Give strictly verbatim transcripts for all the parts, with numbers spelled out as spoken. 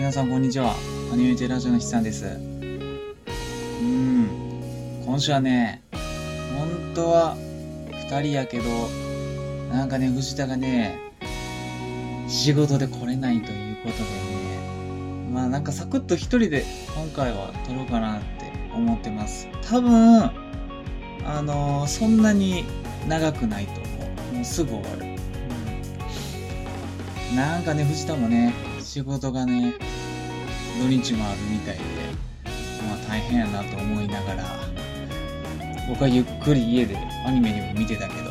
皆さんこんにちは。アニメテラジオの筆さんです。うーん、今週はね、本当はふたりやけど、なんかね、藤田がね、仕事で来れないということでね、まあなんかサクッと一人で今回は撮ろうかなって思ってます。多分、あのー、そんなに長くないと思う。もうすぐ終わる。うん、なんかね、藤田もね、仕事がね、土日もあるみたいで、まあ大変やなと思いながら、僕はゆっくり家でアニメでも見てたけど、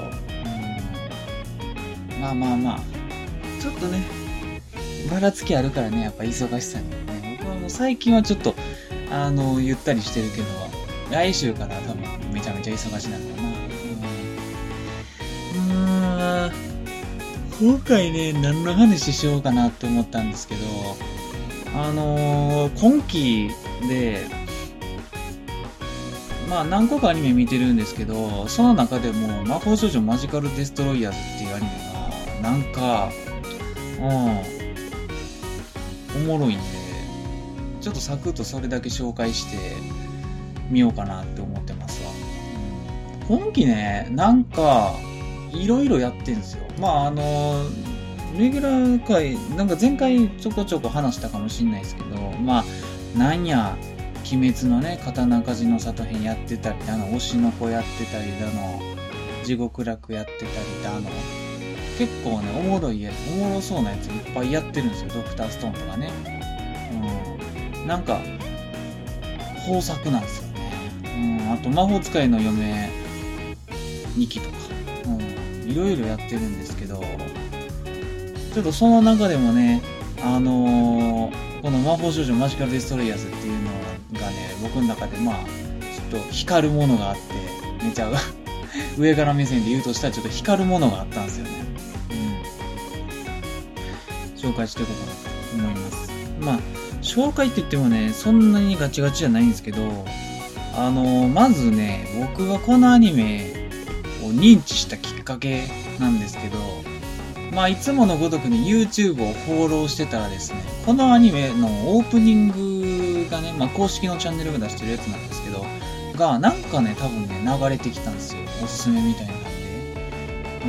うん、まあまあまあ、ちょっとね、ばらつきあるからね、やっぱ忙しさにね、僕はもう最近はちょっと、あの、ゆったりしてるけど、来週から多分めちゃめちゃ忙しいなんだな。うん、うーん今回ね、何の話しようかなって思ったんですけど、あのー、今期で、まあ何個かアニメ見てるんですけど、その中でも魔法少女マジカルデストロイヤーズっていうアニメが、なんか、うん、おもろいんで、ちょっとサクッとそれだけ紹介してみようかなって思ってますわ。うん、今期ね、なんか、いろいろやってんですよ。まああのレギュラー回なんか前回ちょこちょこ話したかもしれないですけど、まあなんや鬼滅のね刀鍛冶の里編やってたりだの、推しの子やってたりだの、地獄楽やってたりだの、結構ねおもろいやおもろそうなやついっぱいやってるんですよ。ドクターストーンとかね、うん、なんか豊作なんですよね。うん、あと魔法使いの嫁にきとか、いろいろやってるんですけど、ちょっとその中でもね、あのー、この魔法少女マジカルデストロイヤーズっていうのがね、僕の中でまあちょっと光るものがあって、めちゃ上から目線で言うとしたらちょっと光るものがあったんですよね。うん、紹介していこうかなと思います。まあ紹介って言ってもね、そんなにガチガチじゃないんですけど、あのー、まずね、僕がこのアニメを認知したきっかけなんですけど、まあいつものごとくに YouTube をフォローしてたらですね、このアニメのオープニングがね、まあ公式のチャンネルが出してるやつなんですけど、がなんかね多分ね流れてきたんですよ。おすすめみたいなんで。うん。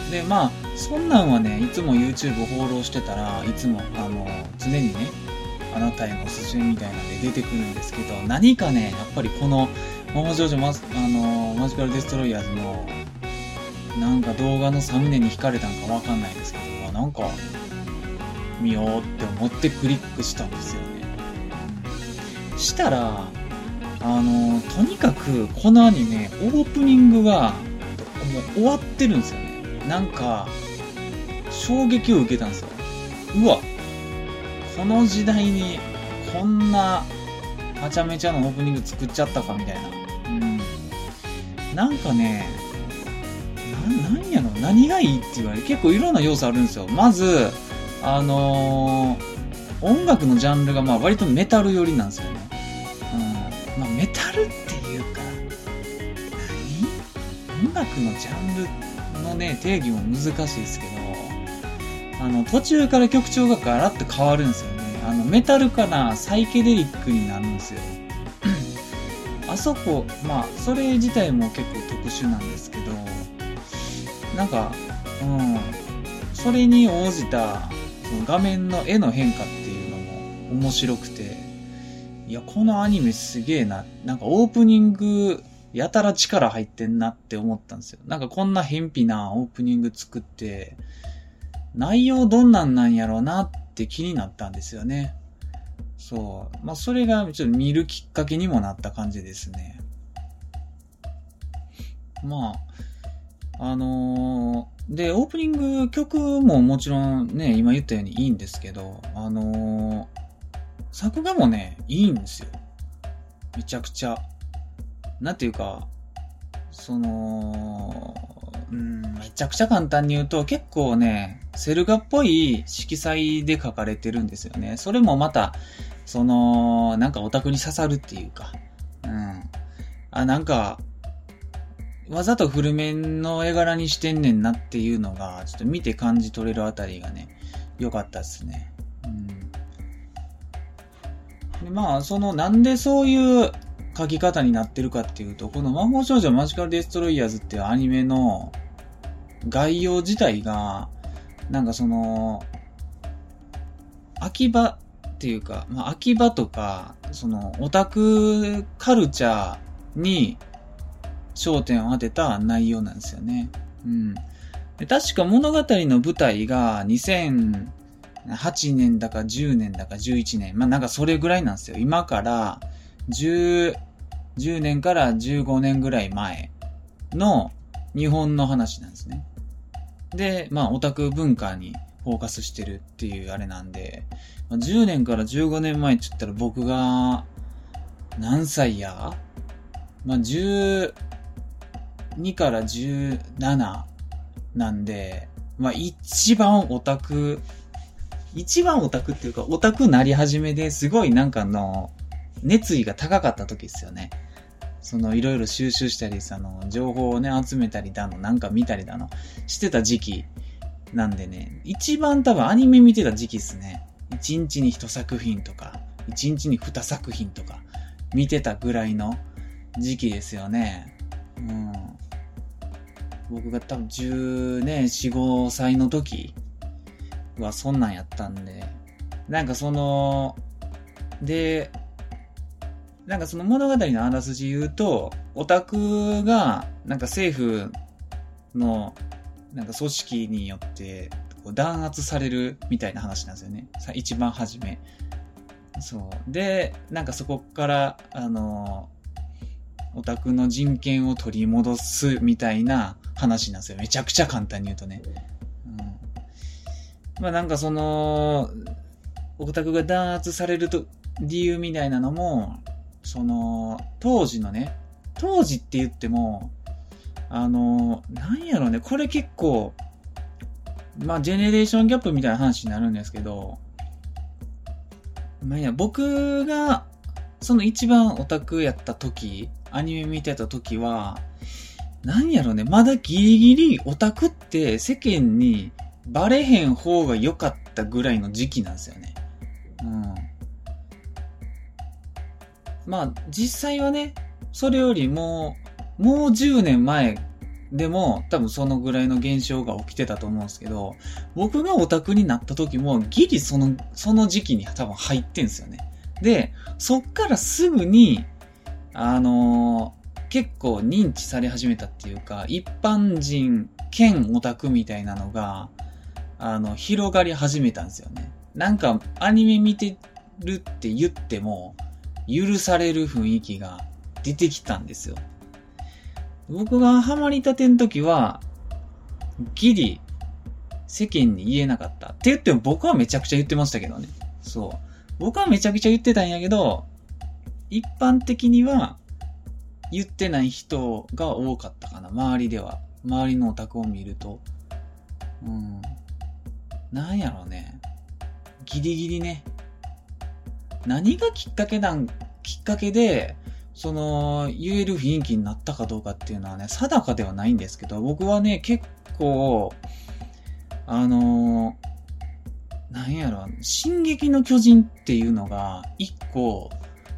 でまあそんなんはね、いつも YouTube をフォローしてたらいつもあの常にね、あなたへのおすすめみたいなんで出てくるんですけど、何かねやっぱりこの魔法少女マスあのマジカルデストロイヤーズのなんか動画のサムネに惹かれたんかわかんないですけど、なんか見ようって思ってクリックしたんですよね。したらあのとにかくこのアニメオープニングがもう終わってるんですよね。なんか衝撃を受けたんですよ。うわ、この時代にこんなはちゃめちゃのオープニング作っちゃったかみたいな。うん、なんかね、な、なんやろ、何がいいって言われる、結構いろんな要素あるんですよ。まず、あのー、音楽のジャンルがまあ割とメタル寄りなんですよね。うん、まあメタルっていうか、何？音楽のジャンルのね、定義も難しいですけど、あの、途中から曲調がガラッと変わるんですよね。あの、メタルからサイケデリックになるんですよ。あそこ、まあ、それ自体も結構特殊なんですけど、なんか、うん、それに応じたその画面の絵の変化っていうのも面白くて、いや、このアニメすげえな。なんかオープニング、やたら力入ってんなって思ったんですよ。なんかこんな偏僻なオープニング作って、内容どんなんなんやろうなって気になったんですよね。そう。まあ、それがちょっと見るきっかけにもなった感じですね。まあ、あのー、で、オープニング曲ももちろんね、今言ったようにいいんですけど、あのー、作画もね、いいんですよ。めちゃくちゃ。なんていうか、その、うん、めちゃくちゃ簡単に言うと、結構ね、セル画っぽい色彩で描かれてるんですよね。それもまた、その、なんかオタクに刺さるっていうか、うん。あ、なんか、わざと古めの絵柄にしてんねんなっていうのが、ちょっと見て感じ取れるあたりがね、良かったですね。うん。 でまあ、その、なんでそういう書き方になってるかっていうと、この魔法少女マジカルデストロイヤーズっていうアニメの概要自体が、なんかその、秋葉っていうか、まあ、秋葉とか、その、オタクカルチャーに焦点を当てた内容なんですよね。うん。で確か物語の舞台がにせんはちねんだかじゅうねんだかじゅういちねん。まあ、なんかそれぐらいなんですよ。今からじゅう、じゅうねんからじゅうごねんぐらい前の日本の話なんですね。で、まあ、オタク文化にフォーカスしてるっていうあれなんで、じゅうねんからじゅうごねんまえって言ったら僕が何歳やまあ、じゅうにからじゅうなななんで、まあ、一番オタク、一番オタクっていうか、オタクなり始めですごいなんかの、熱意が高かった時ですよね。そのいろいろ収集したり、その情報をね集めたりだの、なんか見たりだのしてた時期なんでね、一番多分アニメ見てた時期ですね。一日に一作品とか、一日に二作品とか見てたぐらいの時期ですよね。うん。僕が多分じゅうね、よん、ごさいの時はそんなんやったんで、なんかその、で、なんかその物語のあらすじ言うと、オタクがなんか政府のなんか組織によってこう弾圧されるみたいな話なんですよね。さ一番初め。そう。で、なんかそこからあのオタクの人権を取り戻すみたいな話なんですよ。めちゃくちゃ簡単に言うとね。うん、まあなんかそのオタクが弾圧されると理由みたいなのも。その、当時のね、当時って言っても、あの、なんやろね、これ結構、まあ、ジェネレーションギャップみたいな話になるんですけど、まあいや、僕が、その一番オタクやった時、アニメ見てた時は、なんやろね、まだギリギリオタクって世間にバレへん方が良かったぐらいの時期なんですよね。うん。まあ実際はね、それよりももうじゅうねんまえでも多分そのぐらいの現象が起きてたと思うんですけど、僕がオタクになった時もギリそのその時期に多分入ってんすよね。で、そっからすぐにあのー、結構認知され始めたっていうか、一般人兼オタクみたいなのがあの広がり始めたんですよね。なんかアニメ見てるって言っても許される雰囲気が出てきたんですよ。僕がハマりたての時は、ギリ世間に言えなかった。って言っても僕はめちゃくちゃ言ってましたけどね。そう。僕はめちゃくちゃ言ってたんやけど、一般的には言ってない人が多かったかな。周りでは。周りのオタクを見ると。うん。なんやろうね。ギリギリね。何がきっかけなん、きっかけで、その、言える雰囲気になったかどうかっていうのはね、定かではないんですけど、僕はね、結構、あのー、なんやろ、進撃の巨人っていうのが、一個、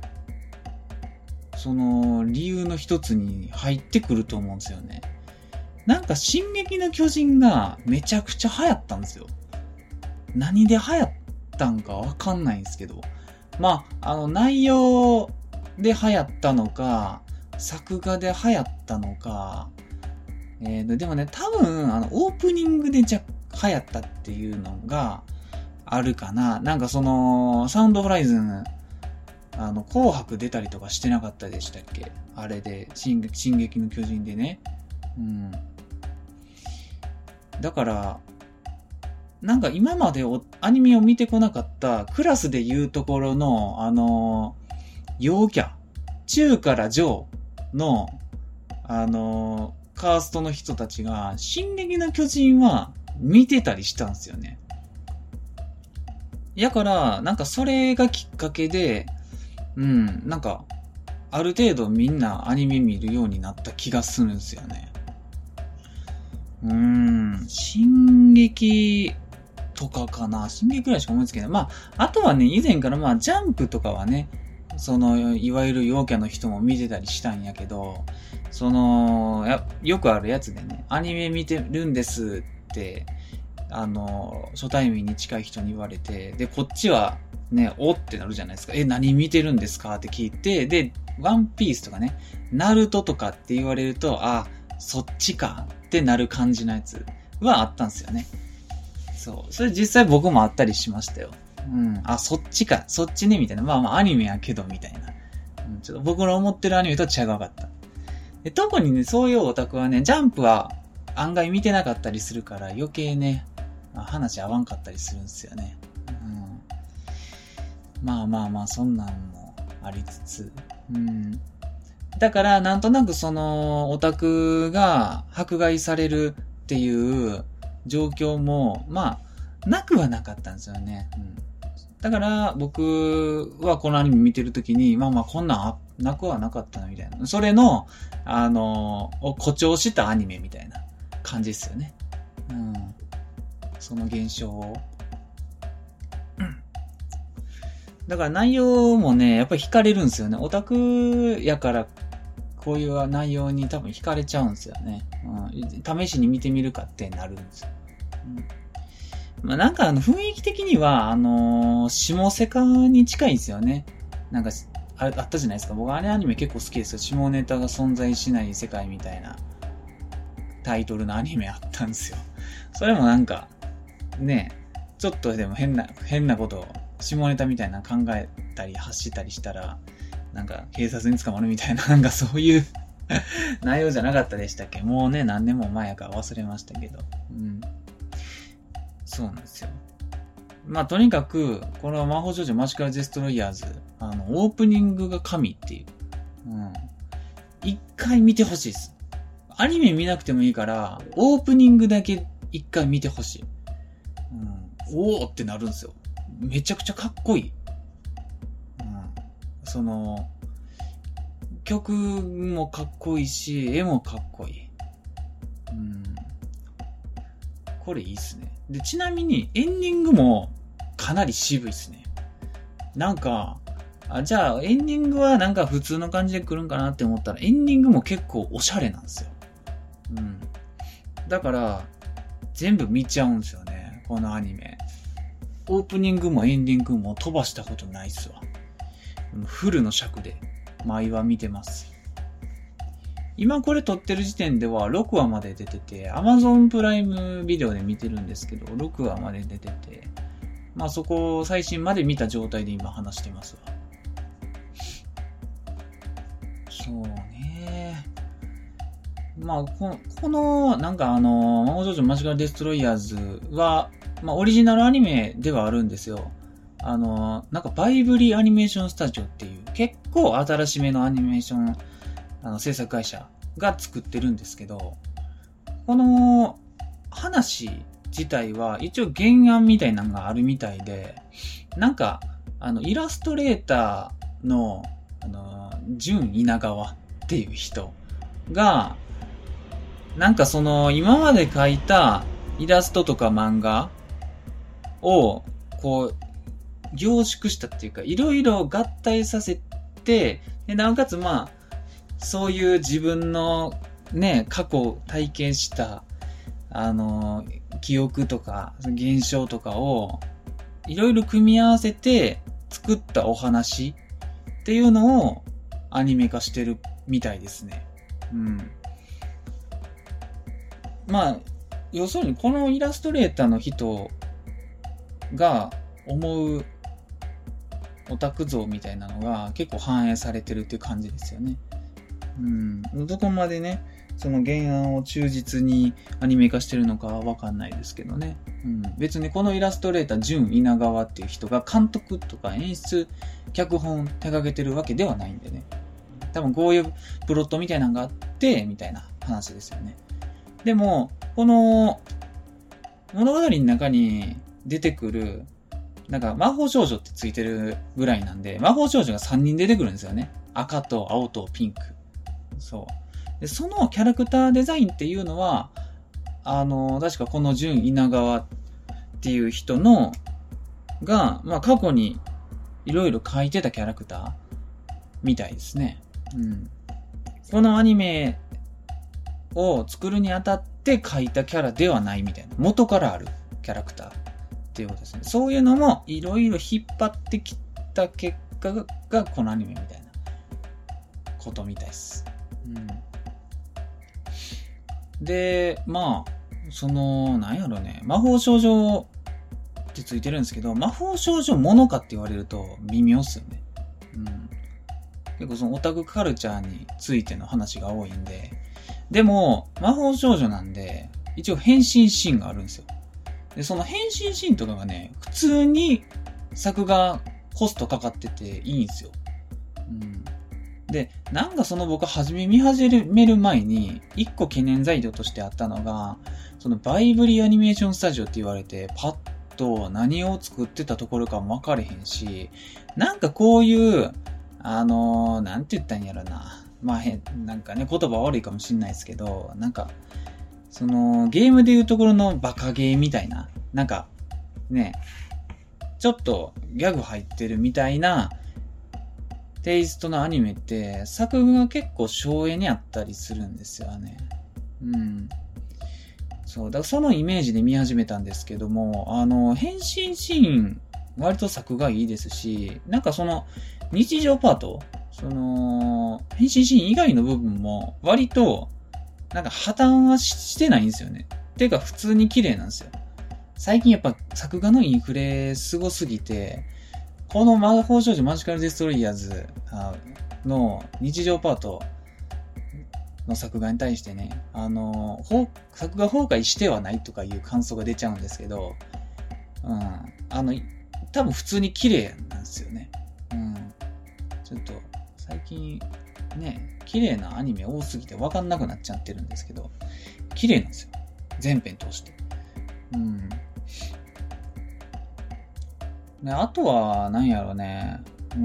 その、理由の一つに入ってくると思うんですよね。なんか、進撃の巨人がめちゃくちゃ流行ったんですよ。何で流行ったんかわかんないんですけど、まあ、あの、内容で流行ったのか、作画で流行ったのか、えー、でもね、多分、あの、オープニングでじゃ流行ったっていうのがあるかな。なんかその、サウンドフライズン、あの、紅白出たりとかしてなかったでしたっけ？あれで、進撃、進撃の巨人でね。うん。だから、なんか今までアニメを見てこなかったクラスで言うところの、あのー、陽キャ、中から上の、あのー、カーストの人たちが、進撃の巨人は見てたりしたんですよね。やから、なんかそれがきっかけで、うん、なんか、ある程度みんなアニメ見るようになった気がするんですよね。うーん、進撃、 とかかな。進撃くらいしか思いつけない。まあ、あとはね、以前からまあ、ジャンプとかはね、その、いわゆる陽キャの人も見てたりしたんやけど、その、やよくあるやつでね、アニメ見てるんですって、あの、初対面に近い人に言われて、で、こっちはね、おってなるじゃないですか。え、何見てるんですかって聞いて、で、ワンピースとかね、ナルトとかって言われると、あ、そっちかってなる感じのやつはあったんですよね。そう。それ実際僕もあったりしましたよ。うん。あ、そっちか。そっちねみたいな。まあまあアニメやけどみたいな。うん、ちょっと僕の思ってるアニメと違うかった。で、特にね、そういうオタクはね、ジャンプは案外見てなかったりするから余計ね、まあ、話合わんかったりするんですよね。うん。まあまあまあ、そんなんもありつつ。うん。だから、なんとなくその、オタクが迫害されるっていう状況も、まあ、なくはなかったんですよね。うん。だから、僕はこのアニメ見てるときに、まあまあ、こんなんなくはなかったな、みたいな。それの、あの、を誇張したアニメみたいな感じですよね。うん。その現象を。だから内容もね、やっぱり惹かれるんですよね。オタクやから、こういう内容に多分惹かれちゃうんですよね。うん、試しに見てみるかってなるんですよ。うん、まあなんかあの雰囲気的には、あのー、下セカに近いんですよね。なんか、あれあったじゃないですか。僕あれアニメ結構好きですよ。下ネタが存在しない世界みたいなタイトルのアニメあったんですよ。それもなんか、ね、ちょっとでも変な、変なことを、下ネタみたいな考えたり発したりしたら、なんか警察に捕まるみたいな、なんかそういう内容じゃなかったでしたっけ？もうね、何年も前やから忘れましたけど。うん。そうなんですよ。まあとにかく、この魔法少女マジカルデストロイヤーズ、あの、オープニングが神っていう。うん。一回見てほしいです。アニメ見なくてもいいから、オープニングだけ一回見てほしい。うん。おーってなるんですよ。めちゃくちゃかっこいい。うん。その、曲もかっこいいし、絵もかっこいい。うん。これいいっすね。で、ちなみにエンディングもかなり渋いっすね。なんか、あ、じゃあエンディングはなんか普通の感じで来るんかなって思ったら、エンディングも結構おしゃれなんですよ。うん。だから、全部見ちゃうんですよね。このアニメ。オープニングもエンディングも飛ばしたことないっすわ。フルの尺で毎話見てます。今これ撮ってる時点ではろくわまで出てて、Amazon プライムビデオで見てるんですけど、ろくわまで出てて、まあそこを最新まで見た状態で今話してますわ。そうね。まあこ、この、なんかあの、魔法少女マジカルデストロイヤーズは、まあオリジナルアニメではあるんですよ。あの、なんかバイブリーアニメーションスタジオっていう結構新しめのアニメーションあの制作会社が作ってるんですけど、この話自体は一応原案みたいなのがあるみたいで、なんかあのイラストレーターのあの純稲川っていう人がなんかその今まで描いたイラストとか漫画をこう凝縮したっていうかいろいろ合体させて、でなおかつまあそういう自分のね過去体験したあの記憶とか現象とかをいろいろ組み合わせて作ったお話っていうのをアニメ化してるみたいですね。うん。まあ要するにこのイラストレーターの人が思うオタク像みたいなのが結構反映されてるっていう感じですよね。うん。どこまでね、その原案を忠実にアニメ化してるのかはわかんないですけどね。うん。別にこのイラストレーター、純稲川っていう人が監督とか演出、脚本手掛けてるわけではないんでね。多分こういうプロットみたいなのがあって、みたいな話ですよね。でも、この物語の中に出てくる、なんか魔法少女ってついてるぐらいなんで、魔法少女がさんにん出てくるんですよね。赤と青とピンク。そう。で、そのキャラクターデザインっていうのは、あの、確かこの純稲川っていう人の、が、まあ過去にいろいろ描いてたキャラクターみたいですね。うん。このアニメを作るにあたって描いたキャラではないみたいな。元からあるキャラクターっていうことですね。そういうのもいろいろ引っ張ってきた結果が、がこのアニメみたいなことみたいです。うん。で、まあ、その、なんやろね、魔法少女ってついてるんですけど、魔法少女ものかって言われると微妙っすよね。うん。結構そのオタクカルチャーについての話が多いんで、でも、魔法少女なんで、一応変身シーンがあるんですよ。で、その変身シーンとかがね、普通に作画コストかかってていいんですよ。うん。で、なんかその僕初め見始める前に、一個懸念材料としてあったのが、そのバイブリアニメーションスタジオって言われて、パッと何を作ってたところかも分かれへんし、なんかこういう、あのー、なんて言ったんやろな。まあ変、なんかね、言葉悪いかもしんないですけど、なんか、その、ゲームでいうところのバカゲーみたいな、なんか、ね、ちょっとギャグ入ってるみたいなテイストのアニメって、作画が結構省エにあったりするんですよね。うん。そう、だからそのイメージで見始めたんですけども、あの、変身シーン、割と作画いいですし、なんかその、日常パート、その、変身シーン以外の部分も、割と、なんか破綻はしてないんですよね。ていうか普通に綺麗なんですよ。最近やっぱ作画のインフレすごすぎて、この魔法少女マジカルデストロイヤーズの日常パートの作画に対してね、あの、作画崩壊してはないとかいう感想が出ちゃうんですけど、うん、あの、多分普通に綺麗なんですよね。うん、ちょっと最近ね、綺麗なアニメ多すぎて分かんなくなっちゃってるんですけど、綺麗なんですよ。全編通して。うん。で、あとは、なんやろね。うん。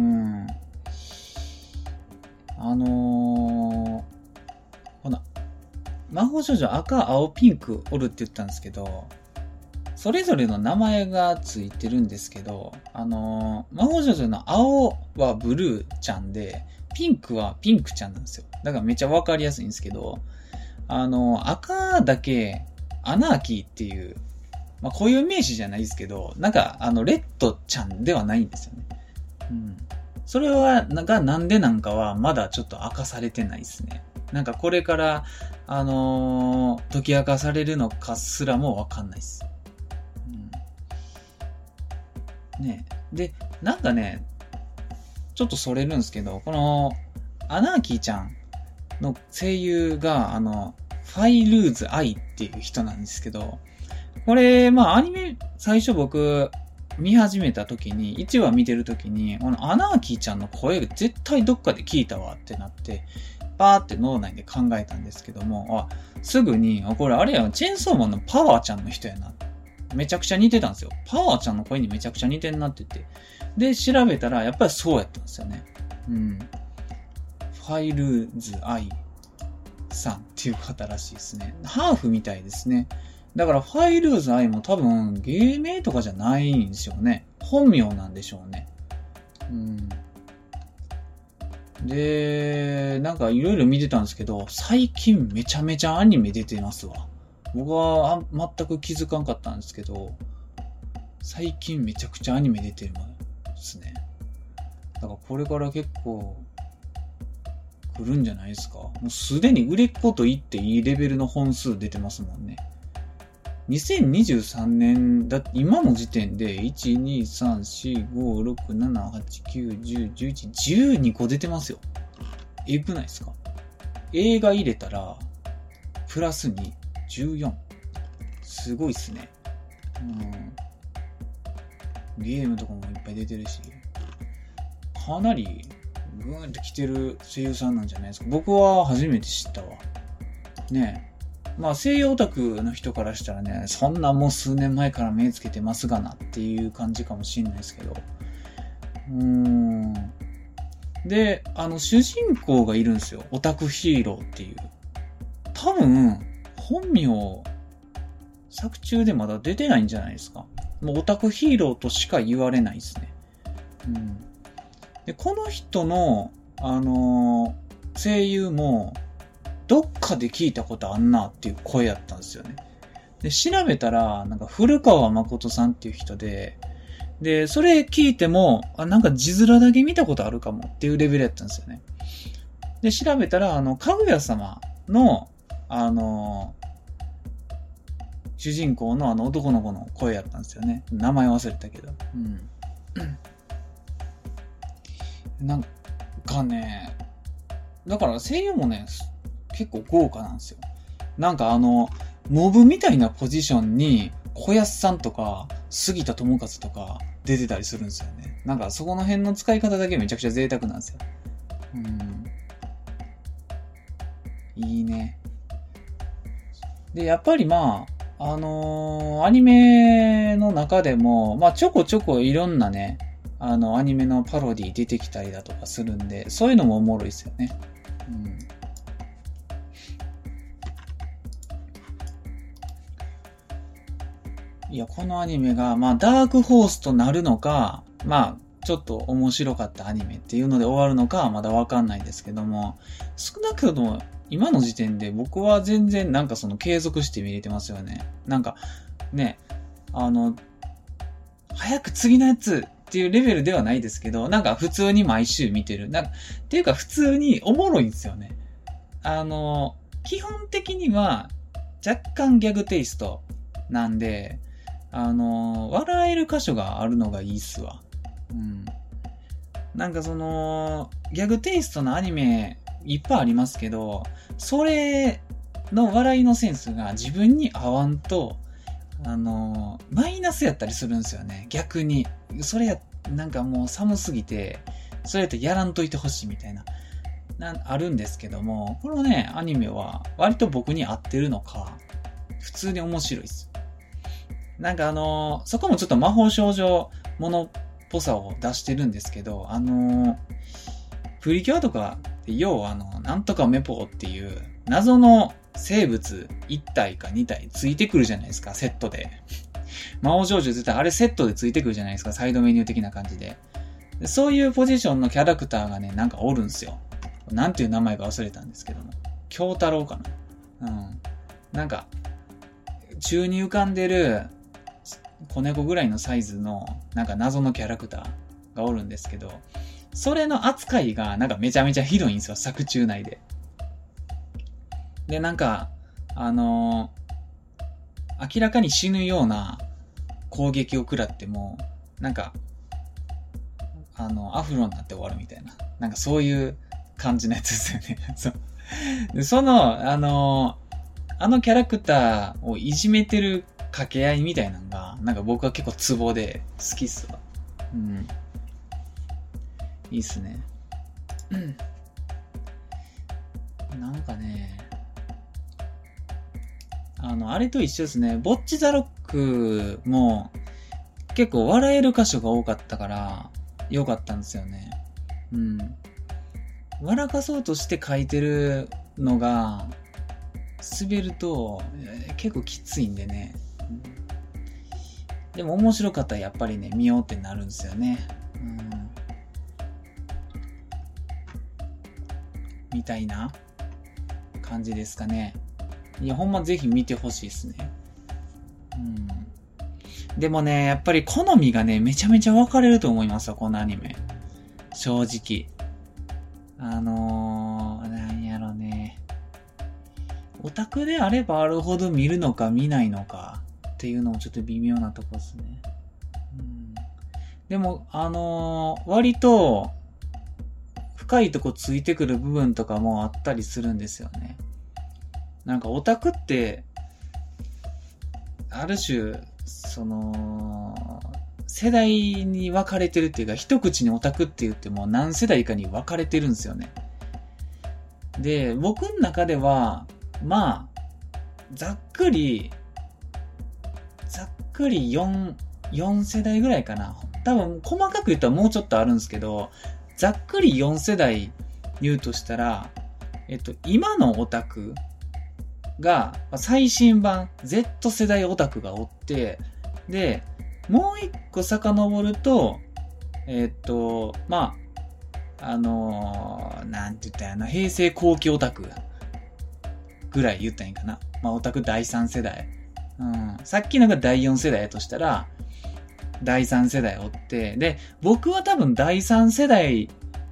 あのー、ほな、魔法少女赤、青、ピンクおるって言ったんですけど、それぞれの名前がついてるんですけど、あのー、魔法少女の青はブルーちゃんで、ピンクはピンクちゃんなんですよ。だからめっちゃわかりやすいんですけど、あのー、赤だけ、アナーキーっていう、まあ、こういう名詞じゃないですけど、なんか、あの、レッドちゃんではないんですよね。うん。それは、がなんでなんかは、まだちょっと明かされてないですね。なんか、これから、あのー、解き明かされるのかすらもわかんないです。うん。ねで、なんかね、ちょっとそれるんですけど、この、アナーキーちゃんの声優が、あの、ファイルーズ・アイっていう人なんですけど、これ、まあ、アニメ、最初僕、見始めた時に、いちわ見てる時に、このアナーキーちゃんの声が絶対どっかで聞いたわってなって、バーって脳内で考えたんですけども、あ、すぐに、これあれや、チェーンソーマンのパワーちゃんの人やな。めちゃくちゃ似てたんですよ。パワーちゃんの声にめちゃくちゃ似てんなって言って。で、調べたら、やっぱりそうやったんですよね。うん。ファイルーズ・アイさんっていう方らしいですね。ハーフみたいですね。だから、ファイルーズ・アイも多分、芸名とかじゃないんですよね。本名なんでしょうね。うん。で、なんかいろいろ見てたんですけど、最近めちゃめちゃアニメ出てますわ。僕は全く気づかんかったんですけど、最近めちゃくちゃアニメ出てるんですね。だからこれから結構来るんじゃないですか。もうすでに売れっ子と言っていいレベルの本数出てますもんね。にせんにじゅうさんねんだ、今の時点で、いち、に、さん、よん、ご、ろく、なな、はち、きゅう、じゅう、じゅういち、じゅうにこ出てますよ。えぐないですか？映画入れたら、プラスに、じゅうよん。すごいっすね。うん。ゲームとかもいっぱい出てるし、かなり、ぐーんと来てる声優さんなんじゃないですか。僕は初めて知ったわ。ねえ。まあ、西洋オタクの人からしたらね、そんなもう数年前から目つけてますがなっていう感じかもしれないですけど。うーん。で、あの、主人公がいるんですよ。オタクヒーローっていう。多分、本名、作中でまだ出てないんじゃないですか。 もうオタクヒーローとしか言われないですね。うん。で、この人の、あのー、声優も、どっかで聞いたことあんなっていう声やったんですよね。で、調べたら、なんか古川誠さんっていう人で、で、それ聞いても、あ、なんか字面だけ見たことあるかもっていうレベルやったんですよね。で、調べたら、あの、かぐや様の、あのー、主人公のあの男の子の声やったんですよね。名前忘れたけど。うん。なんかね、だから声優もね、結構豪華なんですよ。なんかあの、モブみたいなポジションに、小安さんとか、杉田智和とか出てたりするんですよね。なんかそこの辺の使い方だけめちゃくちゃ贅沢なんですよ。うん。いいね。で、やっぱりまあ、あのー、アニメの中でも、まあちょこちょこいろんなね、あの、アニメのパロディ出てきたりだとかするんで、そういうのもおもろいですよね。うん。いや、このアニメが、まあ、ダークホースとなるのか、まあ、ちょっと面白かったアニメっていうので終わるのかはまだわかんないですけども、少なくとも今の時点で僕は全然なんかその継続して見れてますよね。なんか、ね、あの、早く次のやつっていうレベルではないですけど、なんか普通に毎週見てる。なんかっていうか普通におもろいんですよね。あの、基本的には若干ギャグテイストなんで、あの、笑える箇所があるのがいいっすわ。うん。なんかその、ギャグテイストのアニメいっぱいありますけど、それの笑いのセンスが自分に合わんと、あの、マイナスやったりするんですよね。逆に。それや、なんかもう寒すぎて、それやってやらんといてほしいみたいな、な、あるんですけども、このね、アニメは割と僕に合ってるのか、普通に面白いです。なんかあのー、そこもちょっと魔法少女ものっぽさを出してるんですけど、あのー、プリキュアとかって要はあの、なんとかメポっていう謎の生物いち体かに体ついてくるじゃないですか、セットで。魔法少女絶対あれセットでついてくるじゃないですか、サイドメニュー的な感じで。でそういうポジションのキャラクターがね、なんかおるんすよ。なんていう名前か忘れたんですけども。京太郎かな。うん。なんか、宙に浮かんでる子猫ぐらいのサイズのなんか謎のキャラクターがおるんですけど、それの扱いがなんかめちゃめちゃひどいんですよ、作中内で。で、なんか、あのー、明らかに死ぬような攻撃を食らっても、なんか、あの、アフロになって終わるみたいな。なんかそういう感じのやつですよね。そう。で、その、あのー、あのキャラクターをいじめてる掛け合いみたいなのが、なんか僕は結構ツボで好きっすわ。うん。いいっすね。うん。なんかね、あの、あれと一緒ですね。ボッチザロックも結構笑える箇所が多かったから良かったんですよね。うん。笑かそうとして書いてるのが滑ると、えー、結構きついんでね。うん、でも面白かったらやっぱりね、見ようってなるんですよね。うん、みたいな感じですかね。いや、ほんまぜひ見てほしいですね。うん。でもね、やっぱり好みがね、めちゃめちゃ分かれると思いますわ、このアニメ。正直。あのー、なんやろね。オタクであればあるほど見るのか見ないのかっていうのもちょっと微妙なとこですね。うん、でも、あのー、割と深いとこついてくる部分とかもあったりするんですよね。なんかオタクって、ある種、その、世代に分かれてるっていうか、一口にオタクって言っても何世代かに分かれてるんですよね。で、僕の中では、まあ、ざっくり、ざっくりよん、よん世代ぐらいかな。多分、細かく言ったらもうちょっとあるんですけど、ざっくりよん世代言うとしたら、えっと、今のオタクが、最新版、Z 世代オタクがおって、で、 もう一個遡ると、えー、っと、まあ、あのー、なんて言ったんやな、平成後期オタクぐらい言ったんやかな。まあ、オタクだいさん世代。うん。さっきのがだいよん世代やとしたら、だいさん世代おって、で、僕は多分だいさん世代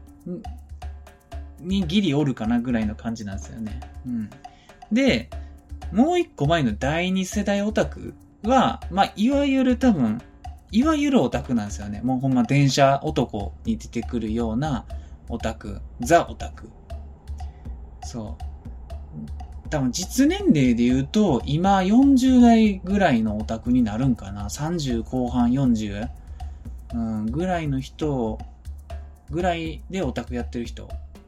にギリおるかなぐらいの感じなんですよね。うん。で、もう一個前のだいに世代オタクは、まあ、いわゆる多分、いわゆるオタクなんですよね。もうほんま電車男に出てくるようなオタク。ザオタク。そう。多分実年齢で言うと、今よんじゅう代ぐらいのオタクになるんかな。さんじゅう後半よんじゅう、うん、ぐらいの人、ぐらいでオタクやってる人、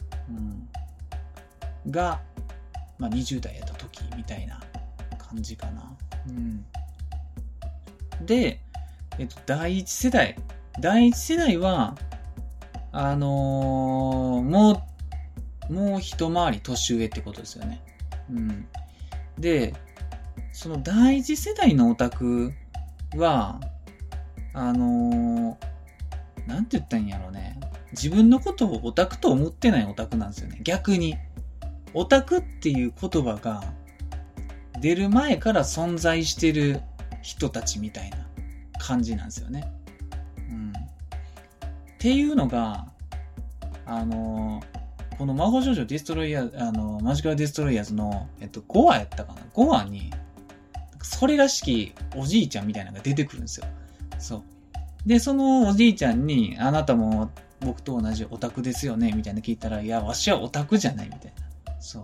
うん、が、まあにじゅう代やった時みたいな感じかな。うん、で、えっと、第一世代。第一世代は、あのー、もう、もう一回り年上ってことですよね。うん。で、その第一世代のオタクは、あのー、なんて言ったんやろうね。自分のことをオタクと思ってないオタクなんですよね。逆に。オタクっていう言葉が出る前から存在してる人たちみたいな感じなんですよね。うん。っていうのが、あのー、この魔法少女ディストロイヤー、あの、マジカルディストロイヤーズの、えっと、ごわやったかな ?ご 話に、それらしきおじいちゃんみたいなのが出てくるんですよ。そう。で、そのおじいちゃんに、あなたも僕と同じオタクですよねみたいな聞いたら、いや、わしはオタクじゃないみたいな。そう。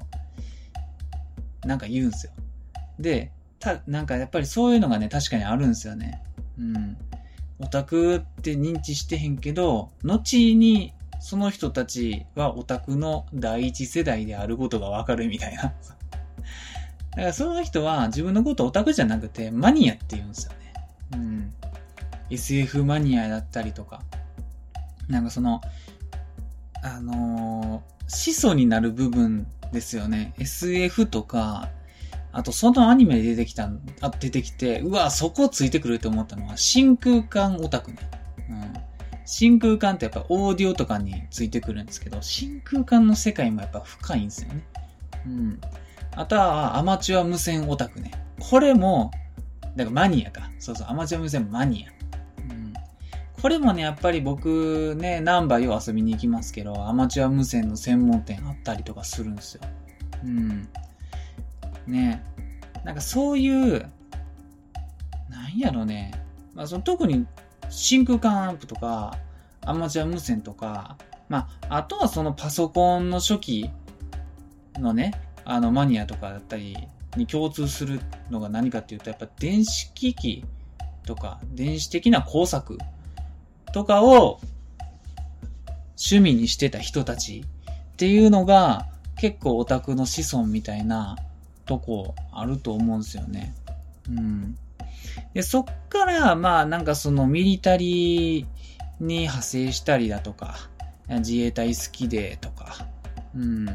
なんか言うんですよ。で、た、なんかやっぱりそういうのがね、確かにあるんですよね。うん。オタクって認知してへんけど、後に、その人たちはオタクの第一世代であることがわかるみたいな。だからその人は自分のことオタクじゃなくてマニアって言うんですよね。うん。エスエフ マニアだったりとか。なんかその、あのー、始祖になる部分ですよね。エスエフ とか、あとそのアニメで出てきた、あ、出てきて、うわ、そこついてくると思ったのは真空管オタクね。うん。真空管ってやっぱオーディオとかについてくるんですけど、真空管の世界もやっぱ深いんですよね。うん。あとはアマチュア無線オタクね。これも、だからマニアか。そうそう、アマチュア無線マニア。うん。これもね、やっぱり僕ね、ナンバーよ遊びに行きますけど、アマチュア無線の専門店あったりとかするんですよ。うん。ね。なんかそういう、なんやろね。まあその特に、真空管アンプとか、アマチュア無線とか、まあ、あとはそのパソコンの初期のね、あのマニアとかだったりに共通するのが何かっていうと、やっぱ電子機器とか、電子的な工作とかを趣味にしてた人たちっていうのが結構オタクの子孫みたいなとこあると思うんですよね。うん。で、そっから、まあ、なんかそのミリタリーに派生したりだとか、自衛隊好きでとか、うん、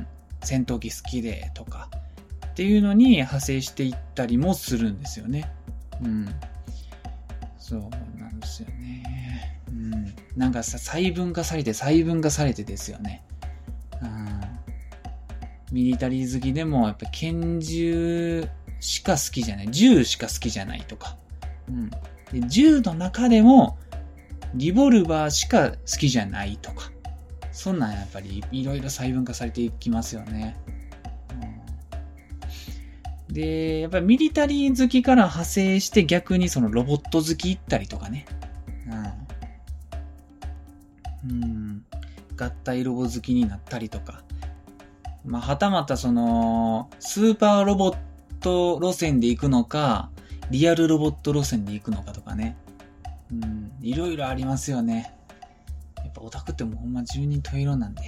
戦闘機好きでとか、っていうのに派生していったりもするんですよね。うん。そうなんですよね。うん。なんかさ、細分化されて、細分化されてですよね。うん。ミリタリー好きでも、やっぱ拳銃しか好きじゃない。銃しか好きじゃないとか。うん。で、銃の中でも、リボルバーしか好きじゃないとか。そんなんやっぱりいろいろ細分化されていきますよね。うん、で、やっぱりミリタリー好きから派生して逆にそのロボット好き行ったりとかね。うん。うん。合体ロボ好きになったりとか。まあ、はたまたその、スーパーロボット路線で行くのか、リアルロボット路線で行くのかとかね。うん、いろいろありますよね。やっぱオタクってもうほんま十人十色なんで。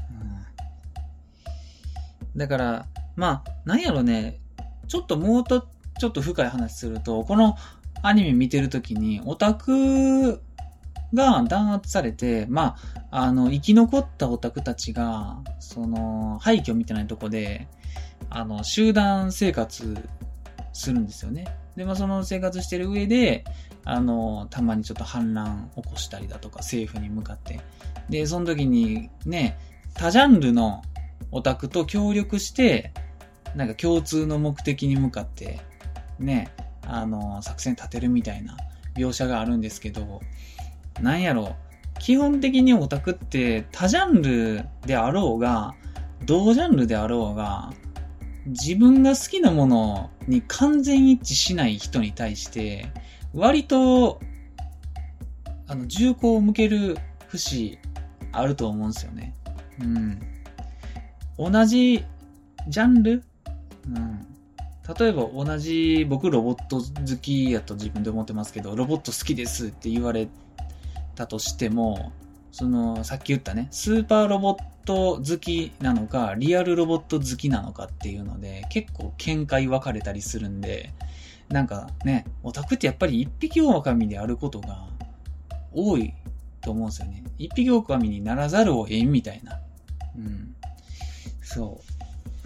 うん、だから、まあ、なんやろね、ちょっともうと、ちょっと深い話すると、このアニメ見てるときに、オタクが弾圧されて、まあ、あの、生き残ったオタクたちが、その、廃墟みたいなとこで、あの、集団生活するんですよね。 で、まあその生活してる上で、あの、たまにちょっと反乱起こしたりだとか、政府に向かって。で、その時にね、他ジャンルのオタクと協力して、なんか共通の目的に向かって、ね、あの、作戦立てるみたいな描写があるんですけど、なんやろ、基本的にオタクって多ジャンルであろうが、同ジャンルであろうが、自分が好きなものに完全一致しない人に対して、割と、あの、銃口を向ける節あると思うんですよね。うん。同じジャンル、うん。例えば同じ、僕ロボット好きやと自分で思ってますけど、ロボット好きですって言われたとしても、その、さっき言ったね、スーパーロボット好きなのか、リアルロボット好きなのかっていうので、結構見解分かれたりするんで、なんかね、オタクってやっぱり一匹狼であることが多いと思うんですよね。一匹狼にならざるを得んみたいな。うん。そう。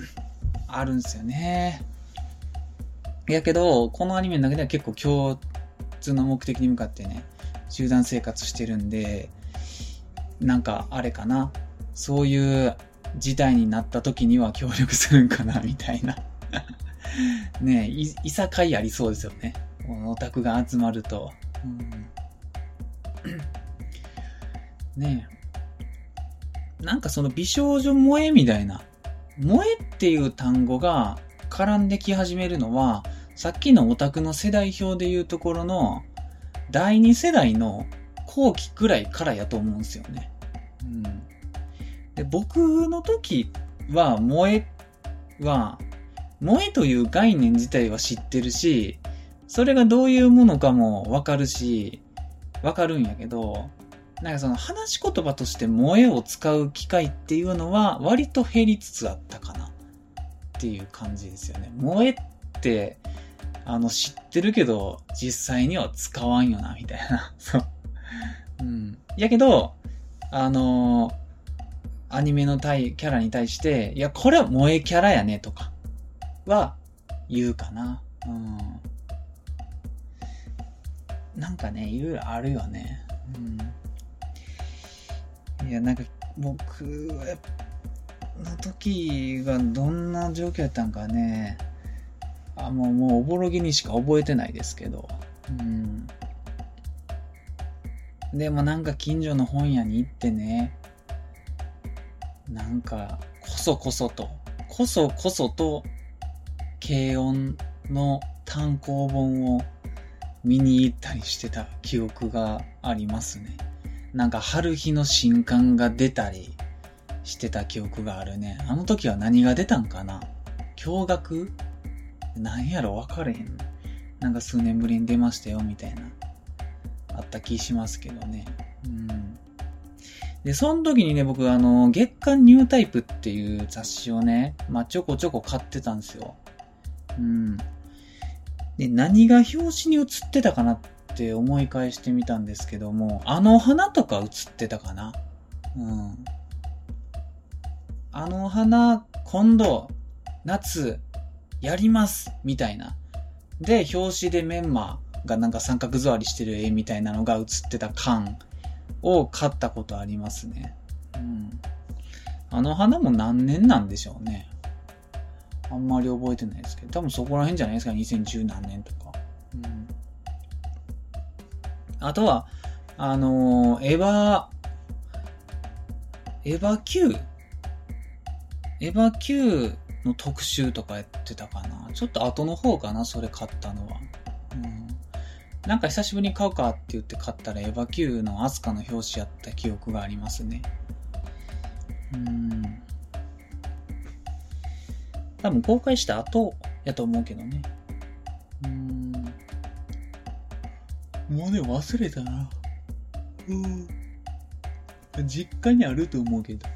あるんですよね。やけど、このアニメの中では結構共通の目的に向かってね、集団生活してるんで、なんかあれかな。そういう事態になった時には協力するんかな、みたいな。ねえ、い、いさかいありそうですよね。オタクが集まると。うん、ねえ。なんかその美少女萌えみたいな。萌えっていう単語が絡んでき始めるのは、さっきのオタクの世代表でいうところのだいに世代の後期くらいからやと思うんですよね。うん、で僕の時は萌えは萌えという概念自体は知ってるし、それがどういうものかもわかるし、わかるんやけど、なんかその話し言葉として萌えを使う機会っていうのは割と減りつつあったかなっていう感じですよね。萌えってあの知ってるけど実際には使わんよなみたいな。そう。うん。やけどあのー、アニメの対キャラに対していやこれは萌えキャラやねとかは言うかな。うん。なんかねいろいろあるよね。うん。いやなんか僕の時がどんな状況やったんかね。あ、もう、もうおぼろげにしか覚えてないですけど。うん。でもなんか近所の本屋に行ってね、なんか、こそこそと、こそこそと、軽音の単行本を見に行ったりしてた記憶がありますね。なんか春日の新刊が出たりしてた記憶があるね。あの時は何が出たんかな？驚愕？なんやろ分かれへん。なんか数年ぶりに出ましたよみたいなあった気しますけどね。うん。でその時にね僕あの月刊ニュータイプっていう雑誌をねまあちょこちょこ買ってたんですよ。うん。で何が表紙に写ってたかなって思い返してみたんですけども、あの花とか写ってたかな。うん。あの花今度夏やりますみたいな。で、表紙でメンマがなんか三角座りしてる絵みたいなのが写ってた缶を買ったことありますね。うん。あの花も何年なんでしょうね。あんまり覚えてないですけど、多分そこら辺じゃないですか、にせんじゅう何年とか。うん。あとは、あのー、エヴァ、エヴァ Q？ エヴァ Q の特集とかやってたかな。ちょっと後の方かな、それ買ったのは。うん。なんか久しぶりに買うかって言って買ったらエヴァ Q のアスカの表紙やった記憶がありますね。うん。多分公開した後やと思うけどね。うん。もうね、忘れたな。うん。実家にあると思うけど。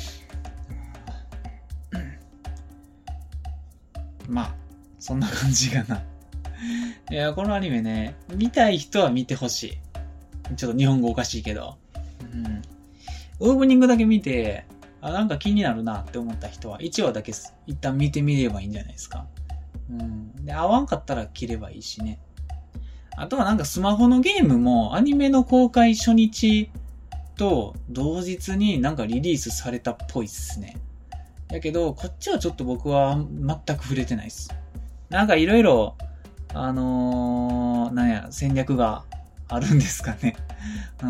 まあ、そんな感じかな。いや、このアニメね、見たい人は見てほしい。ちょっと日本語おかしいけど。うん。オープニングだけ見て、あ、なんか気になるなって思った人は、いちわだけ一旦見てみればいいんじゃないですか。 うん。で、合わんかったら切ればいいしね。あとはなんかスマホのゲームもアニメの公開初日と同日になんかリリースされたっぽいっすね。だけど、こっちはちょっと僕は全く触れてないっす。なんかいろいろ、あのー、なんや、戦略があるんですかね。うん。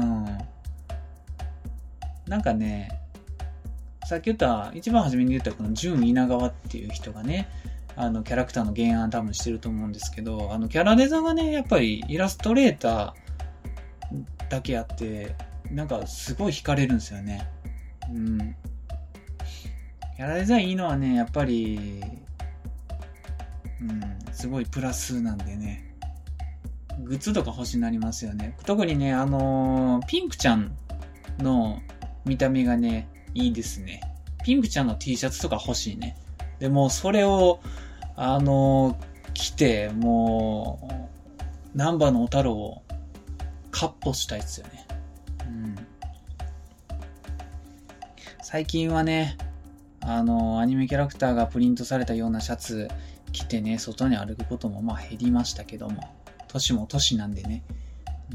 なんかね、さっき言った、一番初めに言ったこの純稲川っていう人がね、あの、キャラクターの原案多分してると思うんですけど、あの、キャラデザがね、やっぱりイラストレーターだけあって、なんかすごい惹かれるんですよね。うん。キャラデザいいのはね、やっぱり、うん、すごいプラスなんでね、グッズとか欲しになりますよね。特にね、あのー、ピンクちゃんの見た目がね、いいですね。ピンクちゃんの T シャツとか欲しいね。でも、それを、あのー、着て、もう、ナンバのお太郎を、カッポしたいですよね。うん。最近はね、あのー、アニメキャラクターがプリントされたようなシャツ着てね、外に歩くこともまあ減りましたけども、年も年なんでね。うん。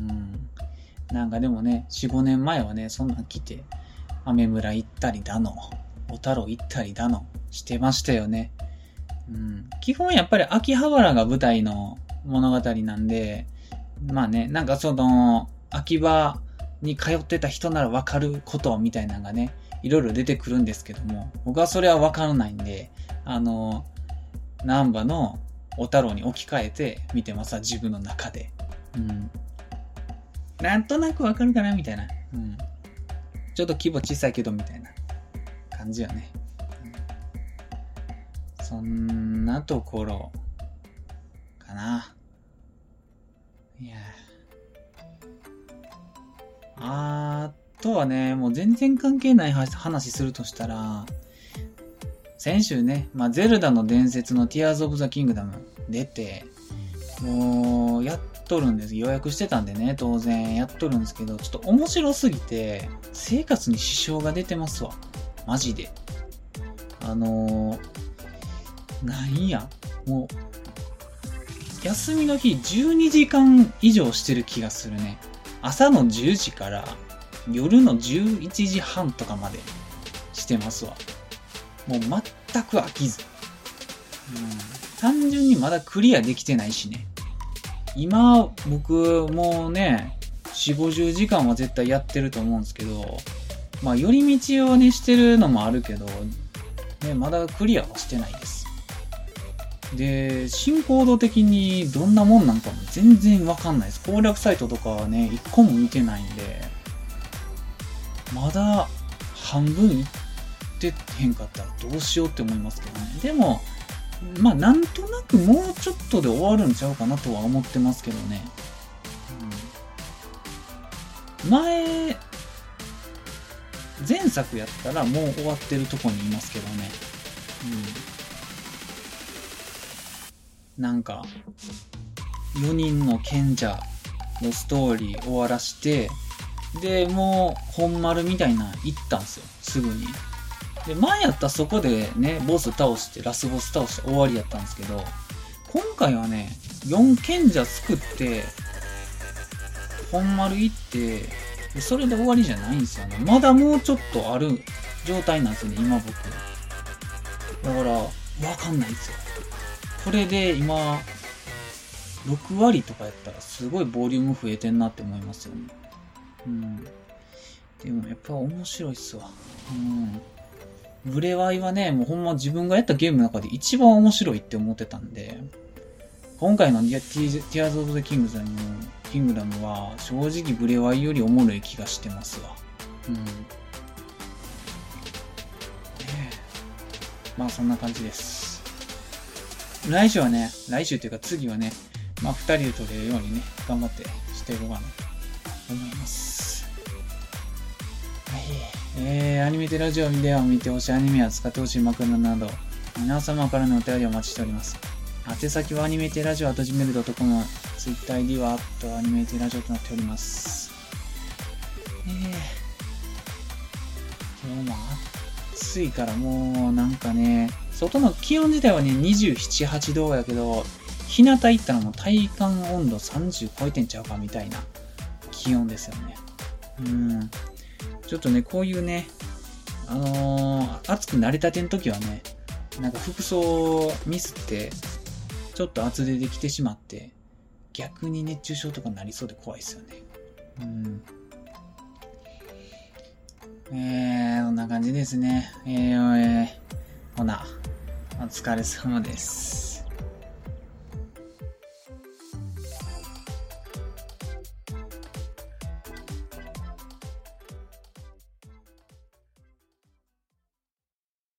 なんかでもね、よん、ごねんまえはね、そんなん着て、アメ村行ったりだの、お太郎行ったりだの、してましたよね。うん、基本やっぱり秋葉原が舞台の物語なんで、まあね、なんかその、秋葉に通ってた人ならわかることみたいなのがね、いろいろ出てくるんですけども、僕はそれはわからないんで、あの、難波のお太郎に置き換えて見てます、自分の中で。うん。なんとなくわかるかなみたいな。うん。ちょっと規模小さいけどみたいな感じよね。そんなところかな。いやあとはね、もう全然関係ない話するとしたら、先週ね、まあ、ゼルダの伝説の Tears of the Kingdom 出て、もうやっとるんです。予約してたんでね、当然やっとるんですけど、ちょっと面白すぎて、生活に支障が出てますわ。マジで。あのー、なんや、もう、休みの日じゅうにじかん以上してる気がするね。朝のじゅうじから夜のじゅういちじはんとかまでしてますわ。もう全く飽きず。うん、単純にまだクリアできてないしね。今、僕もうね、よん、ごじゅうじかんは絶対やってると思うんですけど、まあ寄り道をねしてるのもあるけど、ね、まだクリアはしてないです。で、進行度的にどんなもんなんかも全然わかんないです。攻略サイトとかはね、一個も見てないんで、まだ半分いってへんかったらどうしようって思いますけどね。でも、まあなんとなくもうちょっとで終わるんちゃうかなとは思ってますけどね。うん、前、前作やったらもう終わってるとこにいますけどね。うん、なんか、よにんの賢者のストーリー終わらして、で、もう本丸みたいな行ったんですよ。すぐに。で、前やったらそこでね、ボス倒して、ラスボス倒して終わりやったんですけど、今回はね、よん賢者作って、本丸行って、それで終わりじゃないんですよね。まだもうちょっとある状態なんですよね、今僕。だから、わかんないですよ。これで今、ろくわりとかやったらすごいボリューム増えてんなって思いますよね。うん。でもやっぱ面白いっすわ。うん。ブレワイはね、もうほんま自分がやったゲームの中で一番面白いって思ってたんで、今回の Tears of the Kingdom のキングダムは正直ブレワイよりおもろい気がしてますわ。うん。ねえ。まあそんな感じです。来週はね、来週というか次はね、まあ二人で撮れるようにね、頑張ってしていこうかなと思います。はい。えー、アニメテラジオでは見てほしいアニメや使ってほしい枕など、皆様からのお便りをお待ちしております。宛先はアニメテラジオ アットジーメールドットコム、ツイッター アイディー はアットアニメテラジオとなっております。えー、今日も暑いからもうなんかね、 外の気温自体はね、にじゅうなな、はちどやけど、日向行ったらもう体感温度さんじゅう超えてんちゃうかみたいな気温ですよね。うん。ちょっとね、こういうね、あのー、暑くなりたての時はね、なんか服装ミスって、ちょっと厚手できてしまって、逆に熱中症とかになりそうで怖いですよね。うん。えー、こんな感じですね。えー、えー、ほな、お疲れ様です。